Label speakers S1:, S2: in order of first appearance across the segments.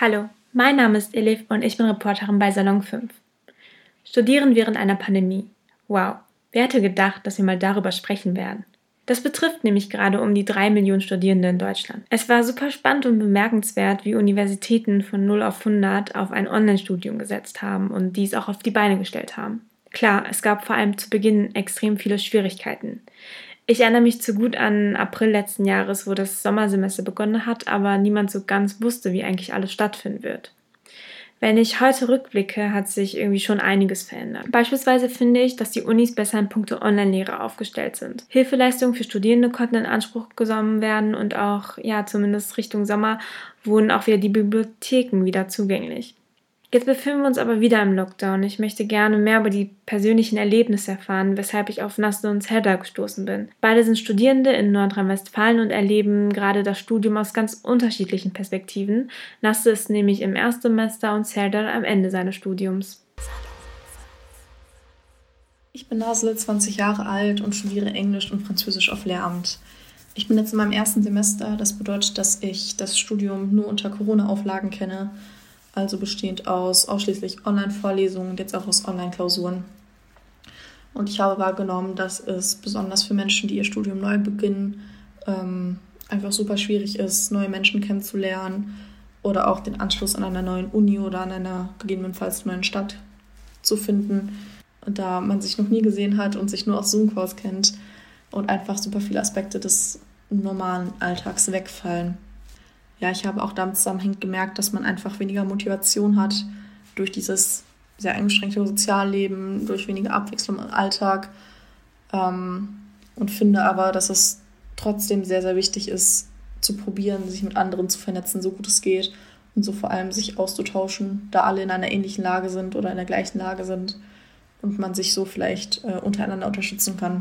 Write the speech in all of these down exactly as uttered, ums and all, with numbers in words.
S1: Hallo, mein Name ist Elif und ich bin Reporterin bei Salon fünf. Studieren während einer Pandemie. Wow, wer hätte gedacht, dass wir mal darüber sprechen werden? Das betrifft nämlich gerade um die drei Millionen Studierende in Deutschland. Es war super spannend und bemerkenswert, wie Universitäten von null auf hundert auf ein Online-Studium gesetzt haben und dies auch auf die Beine gestellt haben. Klar, es gab vor allem zu Beginn extrem viele Schwierigkeiten. Ich erinnere mich zu gut an April letzten Jahres, wo das Sommersemester begonnen hat, aber niemand so ganz wusste, wie eigentlich alles stattfinden wird. Wenn ich heute rückblicke, hat sich irgendwie schon einiges verändert. Beispielsweise finde ich, dass die Unis besser in puncto Online-Lehre aufgestellt sind. Hilfeleistungen für Studierende konnten in Anspruch genommen werden und auch, ja, zumindest Richtung Sommer, wurden auch wieder die Bibliotheken wieder zugänglich. Jetzt befinden wir uns aber wieder im Lockdown. Ich möchte gerne mehr über die persönlichen Erlebnisse erfahren, weshalb ich auf Nasr und Serdar gestoßen bin. Beide sind Studierende in Nordrhein-Westfalen und erleben gerade das Studium aus ganz unterschiedlichen Perspektiven. Nasr ist nämlich im Erstsemester und Serdar am Ende seines Studiums.
S2: Ich bin Nasr, zwanzig Jahre alt und studiere Englisch und Französisch auf Lehramt. Ich bin jetzt in meinem ersten Semester. Das bedeutet, dass ich das Studium nur unter Corona-Auflagen kenne. Also bestehend aus ausschließlich Online-Vorlesungen und jetzt auch aus Online-Klausuren. Und ich habe wahrgenommen, dass es besonders für Menschen, die ihr Studium neu beginnen, ähm, einfach super schwierig ist, neue Menschen kennenzulernen oder auch den Anschluss an einer neuen Uni oder an einer gegebenenfalls neuen Stadt zu finden, da man sich noch nie gesehen hat und sich nur aus Zoom-Calls kennt und einfach super viele Aspekte des normalen Alltags wegfallen. Ja, ich habe auch damit zusammenhängend gemerkt, dass man einfach weniger Motivation hat durch dieses sehr eingeschränkte Sozialleben, durch weniger Abwechslung im Alltag ähm, und finde aber, dass es trotzdem sehr, sehr wichtig ist, zu probieren, sich mit anderen zu vernetzen, so gut es geht und so vor allem sich auszutauschen, da alle in einer ähnlichen Lage sind oder in der gleichen Lage sind und man sich so vielleicht äh, untereinander unterstützen kann.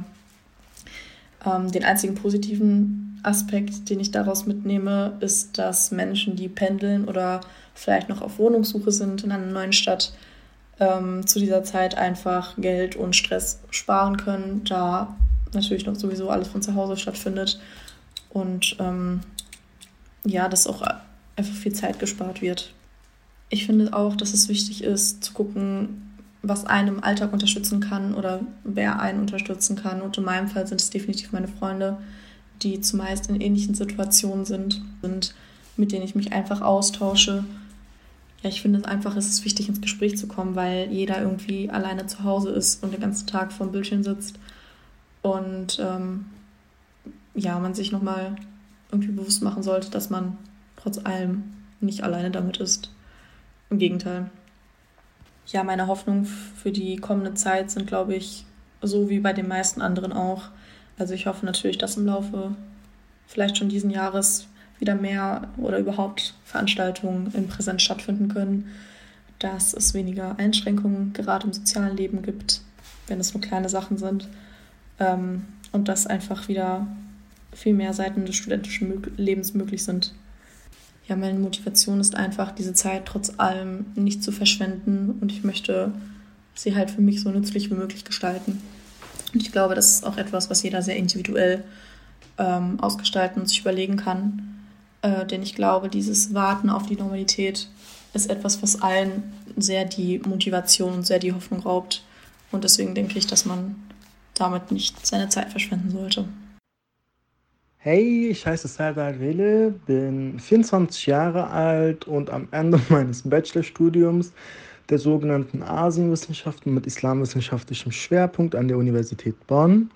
S2: Ähm, den einzigen positiven Aspekt, den ich daraus mitnehme, ist, dass Menschen, die pendeln oder vielleicht noch auf Wohnungssuche sind in einer neuen Stadt, ähm, zu dieser Zeit einfach Geld und Stress sparen können, da natürlich noch sowieso alles von zu Hause stattfindet und ähm, ja, dass auch einfach viel Zeit gespart wird. Ich finde auch, dass es wichtig ist, zu gucken, was einen im Alltag unterstützen kann oder wer einen unterstützen kann. Und in meinem Fall sind es definitiv meine Freunde, die zumeist in ähnlichen Situationen sind und mit denen ich mich einfach austausche. Ja, ich finde es einfach, es ist wichtig, ins Gespräch zu kommen, weil jeder irgendwie alleine zu Hause ist und den ganzen Tag vorm Bildschirm sitzt und ähm, ja, man sich nochmal irgendwie bewusst machen sollte, dass man trotz allem nicht alleine damit ist. Im Gegenteil. Ja, meine Hoffnungen für die kommende Zeit sind, glaube ich, so wie bei den meisten anderen auch. Also ich hoffe natürlich, dass im Laufe vielleicht schon diesen Jahres wieder mehr oder überhaupt Veranstaltungen in Präsenz stattfinden können, dass es weniger Einschränkungen gerade im sozialen Leben gibt, wenn es nur kleine Sachen sind, ähm, und dass einfach wieder viel mehr Seiten des studentischen Lebens möglich sind. Ja, meine Motivation ist einfach, diese Zeit trotz allem nicht zu verschwenden und ich möchte sie halt für mich so nützlich wie möglich gestalten. Und ich glaube, das ist auch etwas, was jeder sehr individuell ähm, ausgestalten und sich überlegen kann. Äh, denn ich glaube, dieses Warten auf die Normalität ist etwas, was allen sehr die Motivation und sehr die Hoffnung raubt. Und deswegen denke ich, dass man damit nicht seine Zeit verschwenden sollte.
S3: Hey, ich heiße Serdar Rele, bin vierundzwanzig Jahre alt und am Ende meines Bachelorstudiums der sogenannten Asienwissenschaften mit islamwissenschaftlichem Schwerpunkt an der Universität Bonn.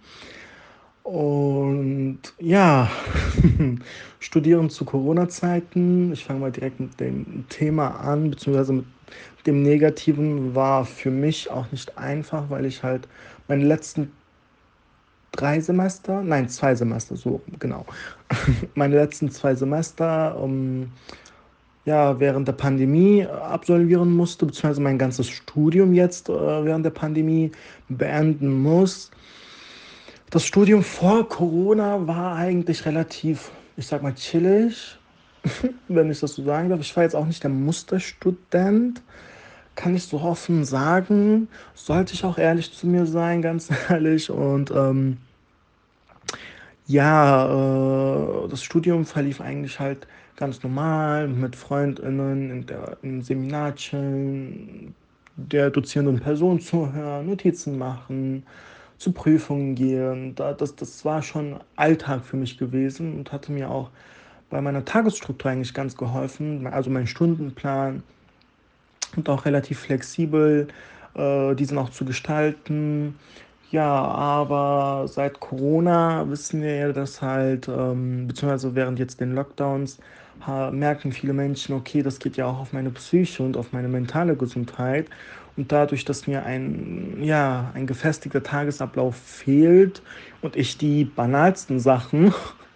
S3: Und ja, studieren zu Corona-Zeiten. Ich fange mal direkt mit dem Thema an, beziehungsweise mit dem Negativen war für mich auch nicht einfach, weil ich halt meine letzten drei Semester, nein, zwei Semester, so genau, meine letzten zwei Semester um, ja, während der Pandemie absolvieren musste, beziehungsweise mein ganzes Studium jetzt äh, während der Pandemie beenden muss. Das Studium vor Corona war eigentlich relativ, ich sag mal, chillig, wenn ich das so sagen darf. Ich war jetzt auch nicht der Musterstudent, kann ich so offen sagen. Sollte ich auch ehrlich zu mir sein, ganz ehrlich. Und ähm, ja, äh, das Studium verlief eigentlich halt ganz normal mit FreundInnen in der, im Seminar chillen, der dozierenden Person zuhören, Notizen machen, zu Prüfungen gehen. Da, das, das war schon Alltag für mich gewesen und hatte mir auch bei meiner Tagesstruktur eigentlich ganz geholfen. Also mein Stundenplan und auch relativ flexibel, äh, diesen auch zu gestalten. Ja, aber seit Corona wissen wir ja, dass halt, ähm, beziehungsweise während jetzt den Lockdowns, ha, merken viele Menschen, okay, das geht ja auch auf meine Psyche und auf meine mentale Gesundheit. Und dadurch, dass mir ein, ja, ein gefestigter Tagesablauf fehlt und ich die banalsten Sachen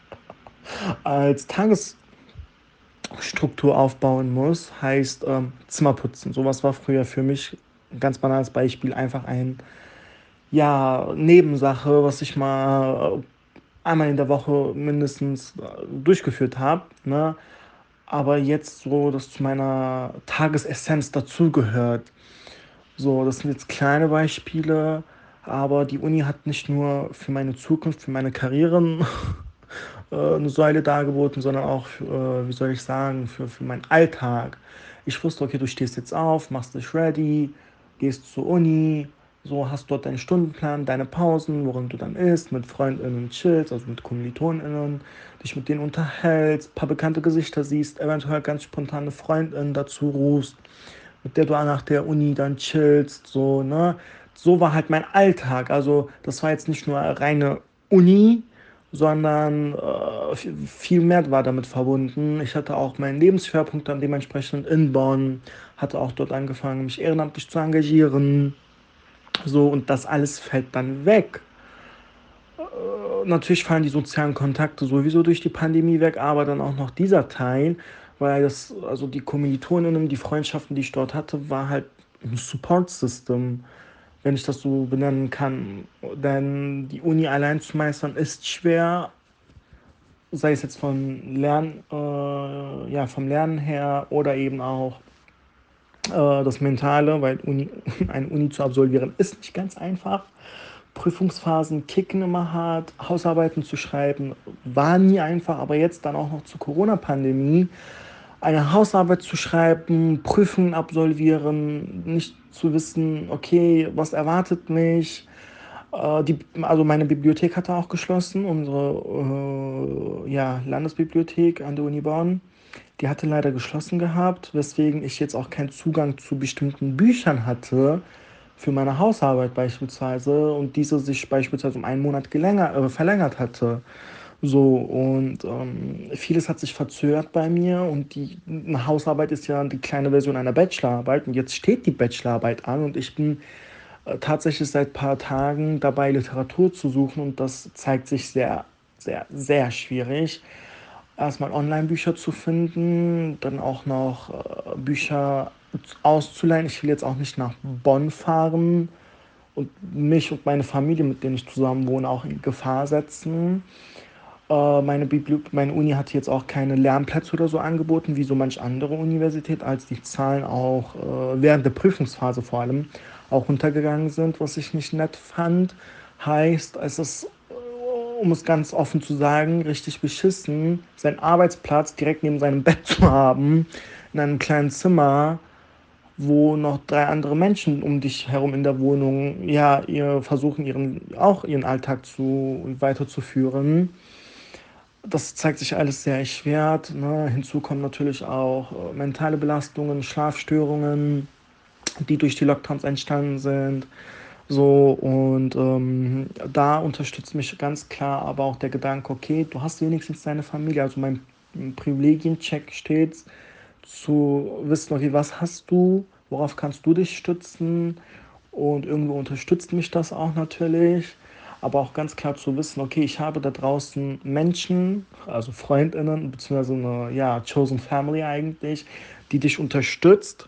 S3: als Tagesstruktur aufbauen muss, heißt ähm, Zimmerputzen. Sowas war früher für mich, ein ganz banales Beispiel, einfach ein, ja, Nebensache, was ich mal einmal in der Woche mindestens äh, durchgeführt habe, ne? Aber jetzt so, das zu meiner Tagesessenz dazugehört. So, das sind jetzt kleine Beispiele, aber die Uni hat nicht nur für meine Zukunft, für meine Karrieren äh, eine Säule dargeboten, sondern auch, äh, wie soll ich sagen, für, für meinen Alltag. Ich wusste, okay, du stehst jetzt auf, machst dich ready, gehst zur Uni, so hast dort deinen Stundenplan, deine Pausen, worin du dann isst, mit FreundInnen chillst, also mit KommilitonInnen, dich mit denen unterhältst, ein paar bekannte Gesichter siehst, eventuell ganz spontane FreundInnen dazu rufst, mit der du nach der Uni dann chillst, so, ne? So war halt mein Alltag. Also das war jetzt nicht nur reine Uni, sondern äh, viel mehr war damit verbunden. Ich hatte auch meinen Lebensschwerpunkt dann dementsprechend in Bonn, hatte auch dort angefangen, mich ehrenamtlich zu engagieren. So, und das alles fällt dann weg. Äh, natürlich fallen die sozialen Kontakte sowieso durch die Pandemie weg, aber dann auch noch dieser Teil, weil das, also die Kommilitoninnen, die Freundschaften, die ich dort hatte, war halt ein Support-System, wenn ich das so benennen kann. Denn die Uni allein zu meistern ist schwer, sei es jetzt von Lern, äh, ja, vom Lernen her oder eben auch äh, das Mentale, weil Uni, eine Uni zu absolvieren ist nicht ganz einfach. Prüfungsphasen kicken immer hart, Hausarbeiten zu schreiben war nie einfach, aber jetzt dann auch noch zur Corona-Pandemie eine Hausarbeit zu schreiben, Prüfungen absolvieren, nicht zu wissen, okay, was erwartet mich. Äh, die, also meine Bibliothek hatte auch geschlossen, unsere äh, ja, Landesbibliothek an der Uni Bonn. Die hatte leider geschlossen gehabt, weswegen ich jetzt auch keinen Zugang zu bestimmten Büchern hatte, für meine Hausarbeit beispielsweise, und diese sich beispielsweise um einen Monat gelänger, äh, verlängert hatte. So, und ähm, vieles hat sich verzögert bei mir und die eine Hausarbeit ist ja die kleine Version einer Bachelorarbeit und jetzt steht die Bachelorarbeit an und ich bin äh, tatsächlich seit ein paar Tagen dabei, Literatur zu suchen und das zeigt sich sehr, sehr, sehr schwierig. Erstmal Online-Bücher zu finden, dann auch noch äh, Bücher auszuleihen. Ich will jetzt auch nicht nach Bonn fahren und mich und meine Familie, mit denen ich zusammen wohne, auch in Gefahr setzen. Äh, meine, Bibli meine Uni hat jetzt auch keine Lernplätze oder so angeboten, wie so manch andere Universität, als die Zahlen auch äh, während der Prüfungsphase vor allem auch runtergegangen sind, was ich nicht nett fand. Heißt, es ist, um es ganz offen zu sagen, richtig beschissen, seinen Arbeitsplatz direkt neben seinem Bett zu haben, in einem kleinen Zimmer, wo noch drei andere Menschen um dich herum in der Wohnung, ja, ihr versuchen ihren, auch ihren Alltag zu, weiterzuführen. Das zeigt sich alles sehr erschwert. Ne? Hinzu kommen natürlich auch äh, mentale Belastungen, Schlafstörungen, die durch die Lockdowns entstanden sind. So, und ähm, da unterstützt mich ganz klar aber auch der Gedanke, okay, du hast wenigstens deine Familie, also mein Privilegiencheck steht, zu wissen, okay, was hast du, worauf kannst du dich stützen, und irgendwo unterstützt mich das auch natürlich, aber auch ganz klar zu wissen, okay, ich habe da draußen Menschen, also FreundInnen, beziehungsweise eine, ja, Chosen Family eigentlich, die dich unterstützt,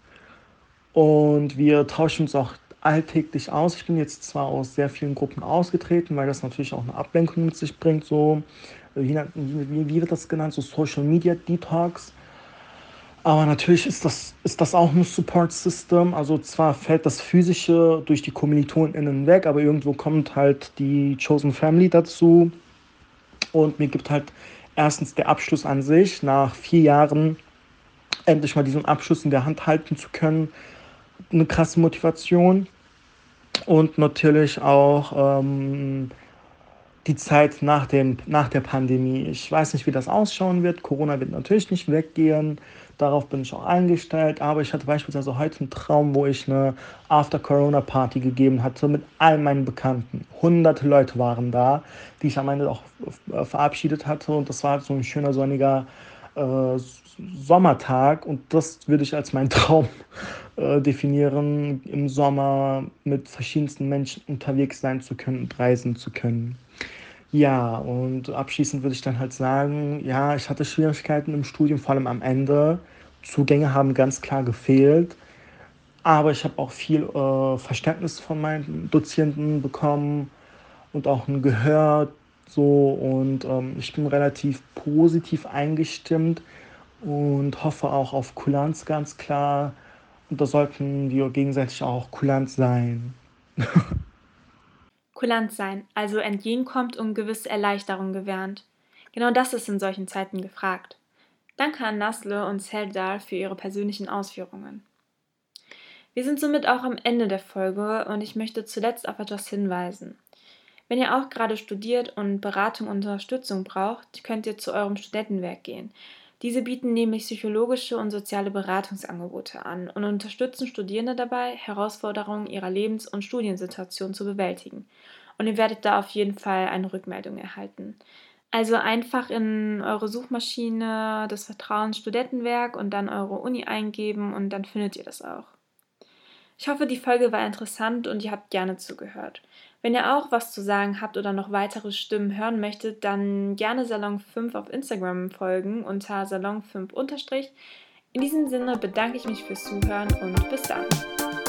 S3: und wir tauschen uns auch alltäglich aus. Ich bin jetzt zwar aus sehr vielen Gruppen ausgetreten, weil das natürlich auch eine Ablenkung mit sich bringt, so, wie, wie, wie wird das genannt, so Social Media Detox. Aber natürlich ist das, ist das auch ein Support System. Also zwar fällt das Physische durch die KommilitonInnen weg, aber irgendwo kommt halt die Chosen Family dazu und mir gibt halt erstens der Abschluss an sich, nach vier Jahren endlich mal diesen Abschluss in der Hand halten zu können, eine krasse Motivation. Und natürlich auch ähm, die Zeit nach, dem, nach der Pandemie. Ich weiß nicht, wie das ausschauen wird. Corona wird natürlich nicht weggehen. Darauf bin ich auch eingestellt. Aber ich hatte beispielsweise heute einen Traum, wo ich eine After-Corona-Party gegeben hatte mit all meinen Bekannten. Hunderte Leute waren da, die ich am Ende auch äh, verabschiedet hatte. Und das war halt so ein schöner, sonniger äh, Sommertag. Und das würde ich als meinen Traum äh, definieren, im Sommer mit verschiedensten Menschen unterwegs sein zu können und reisen zu können. Ja, und abschließend würde ich dann halt sagen, ja, ich hatte Schwierigkeiten im Studium, vor allem am Ende. Zugänge haben ganz klar gefehlt, aber ich habe auch viel äh, Verständnis von meinen Dozierenden bekommen und auch ein Gehör so und ähm, ich bin relativ positiv eingestimmt und hoffe auch auf Kulanz ganz klar und da sollten wir gegenseitig auch kulant sein.
S1: Kulant sein, also entgegenkommt und gewisse Erleichterung gewährt. Genau das ist in solchen Zeiten gefragt. Danke an Nasle und Serdar für ihre persönlichen Ausführungen. Wir sind somit auch am Ende der Folge und ich möchte zuletzt auf etwas hinweisen. Wenn ihr auch gerade studiert und Beratung und Unterstützung braucht, könnt ihr zu eurem Studentenwerk gehen. Diese bieten nämlich psychologische und soziale Beratungsangebote an und unterstützen Studierende dabei, Herausforderungen ihrer Lebens- und Studiensituation zu bewältigen. Und ihr werdet da auf jeden Fall eine Rückmeldung erhalten. Also einfach in eure Suchmaschine des Vertrauens Studentenwerk und dann eure Uni eingeben und dann findet ihr das auch. Ich hoffe, die Folge war interessant und ihr habt gerne zugehört. Wenn ihr auch was zu sagen habt oder noch weitere Stimmen hören möchtet, dann gerne Salon fünf auf Instagram folgen unter Salon fünf unterstrich. In diesem Sinne bedanke ich mich fürs Zuhören und bis dann.